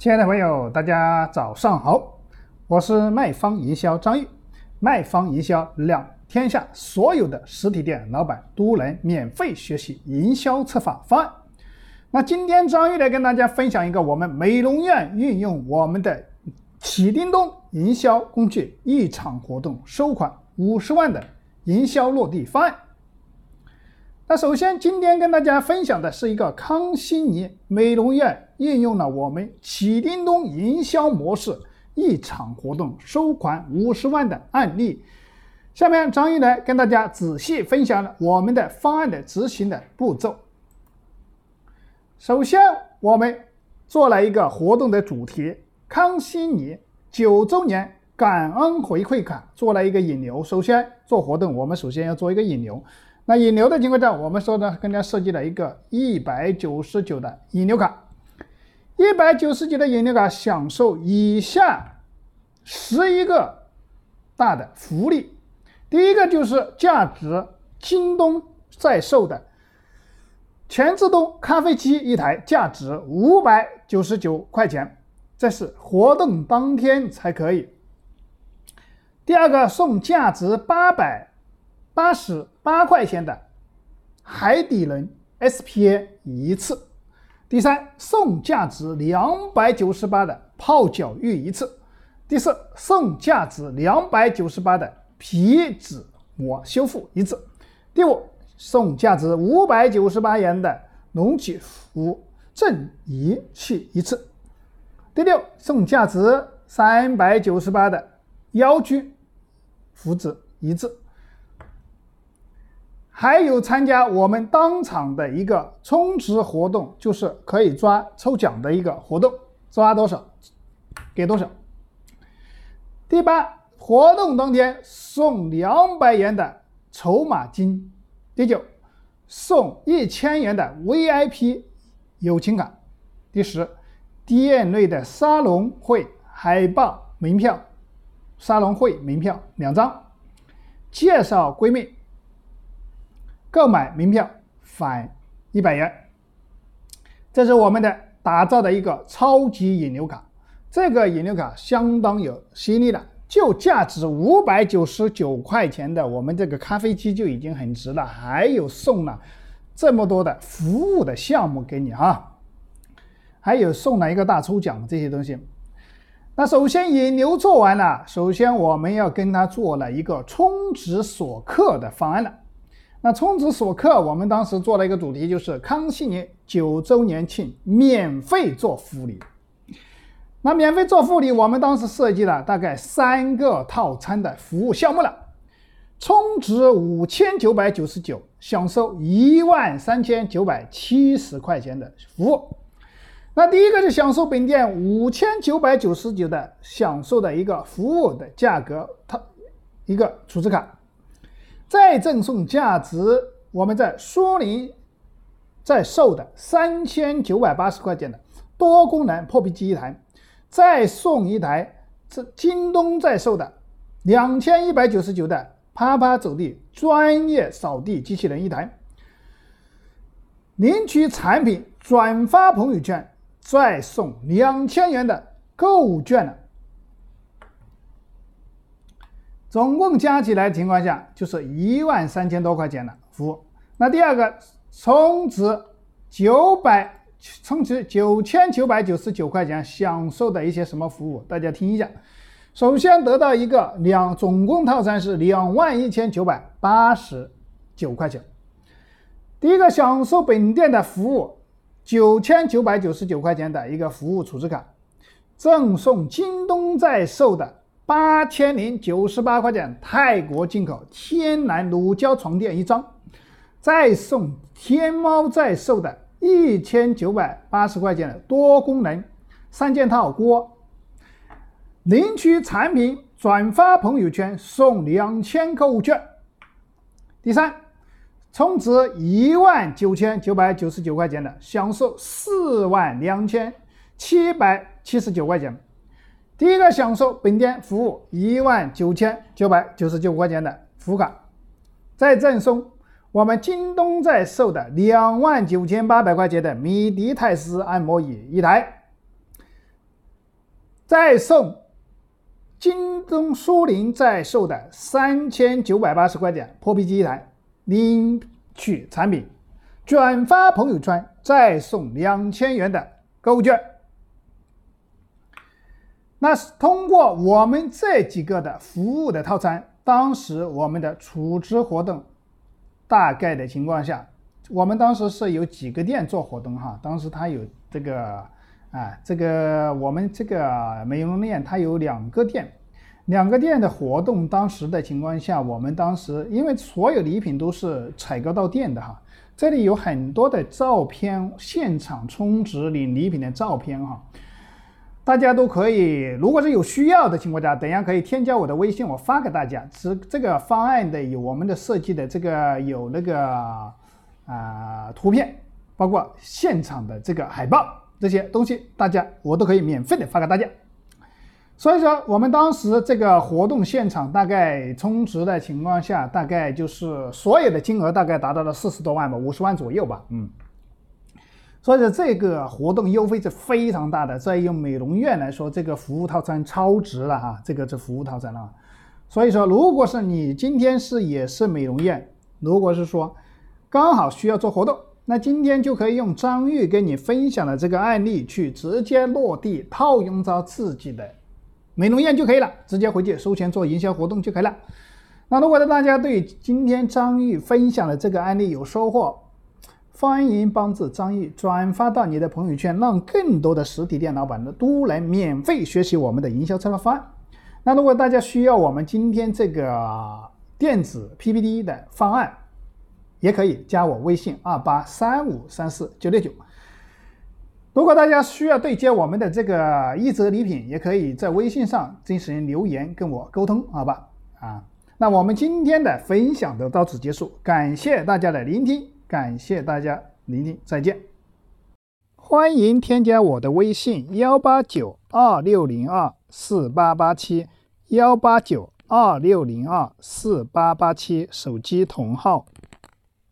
亲爱的朋友，大家早上好，我是卖方营销张玉。卖方营销让天下所有的实体店老板都能免费学习营销策划方案。那今天张玉来跟大家分享一个我们美容院运用我们的启叮咚营销工具，一场活动收款50万的营销落地方案。那首先今天跟大家分享的是一个康希尼美容院运用了我们启叮咚营销模式，一场活动收款50万的案例。下面张玉来跟大家仔细分享了我们的方案的执行的步骤。首先我们做了一个活动的主题，康希尼9周年感恩回馈卡，做了一个引流。首先做活动我们首先要做一个引流，那引流的情况下，我们说呢，跟大家设计了一个199的引流卡。199的引流卡享受以下11个大的福利。第一个就是价值京东在售的全自动咖啡机一台，价值599块钱，这是活动当天才可以。第二个送价值888块钱的海底轮 SPA 一次。第三，送价值298的泡脚浴一次。第四，送价值298的皮脂膜修复一次。第五，送价值598元的隆起肤正仪器一次。第六，送价值398的腰居福祉一次。还有参加我们当场的一个充值活动，就是可以抓抽奖的一个活动，抓多少给多少。第八，活动当天送200元的筹码金。第九，送1000元的 VIP 友情卡。第十，店内的沙龙会海报门票，沙龙会门票2张，介绍闺蜜购买门票返100元。这是我们的打造的一个超级引流卡。这个引流卡相当有吸引力了，就价值599块钱的我们这个咖啡机就已经很值了，还有送了这么多的服务的项目给你哈，还有送了一个大抽奖这些东西。那首先引流做完了，首先我们要跟他做了一个充值锁客的方案了。那充值锁客我们当时做了一个主题，就是康希尼9周年庆免费做福利。那免费做福利我们当时设计了大概3个套餐的服务项目了。充值5999，享受13970块钱的服务。那第一个是享受本店5999的享受的一个服务的价格，一个储值卡，再赠送价值我们在苏宁在售的3980块钱的多功能破壁机一台，再送一台京东在售的2199的啪啪走地专业扫地机器人一台。领取产品转发朋友圈，再送2000元的购物券了。总共加起来情况下就是13000多块钱的服务。那第二个充值9999块钱享受的一些什么服务，大家听一下。首先得到一个总共套餐是21989块钱。第一个享受本店的服务9999块钱的一个服务储值卡，赠送京东在售的8098块钱泰国进口天然乳胶床垫一张，再送天猫在售的1980块钱的多功能3件套锅。领取产品转发朋友圈送2000购物券。第三，充值19999块钱的享受42779块钱。第一个享受本店服务19999块钱的服务卡，再赠送我们京东在售的29800块钱的米迪泰斯按摩椅一台， 再送京东苏宁在售的3980块钱破壁机一台，领取产品，转发朋友圈再送2000元的购物券。那是通过我们这几个的服务的套餐，当时我们的储值活动大概的情况下，我们当时是有几个店做活动哈，当时它有这个我们这个美容院它有两个店的活动，当时的情况下，我们当时因为所有礼品都是采购到店的哈，这里有很多的照片，现场充值领礼品的照片哈。大家都可以，如果是有需要的情况下，等一下可以添加我的微信，我发给大家。这个方案的有我们的设计的这个有那个图片，包括现场的这个海报这些东西，我都可以免费的发给大家。所以说，我们当时这个活动现场大概充值的情况下，大概就是所有的金额大概达到了40多万吧，50万左右吧，所以说这个活动优惠是非常大的，在用美容院来说，这个服务套餐超值了哈，这个是服务套餐了。所以说，如果是你今天也是美容院，如果是说刚好需要做活动，那今天就可以用张玉跟你分享的这个案例去直接落地套用到自己的美容院就可以了，直接回去收钱做营销活动就可以了。那如果大家对今天张玉分享的这个案例有收获，欢迎帮助张玉转发到你的朋友圈，让更多的实体店老板都来免费学习我们的营销策划方案。那如果大家需要我们今天这个电子 PPT 的方案，也可以加我微信2835349969。如果大家需要对接我们的这个一折礼品，也可以在微信上进行留言跟我沟通，好吧？那我们今天的分享就到此结束，感谢大家的聆听。感谢大家聆听，再见。欢迎添加我的微信18926024887，18926024887，手机同号。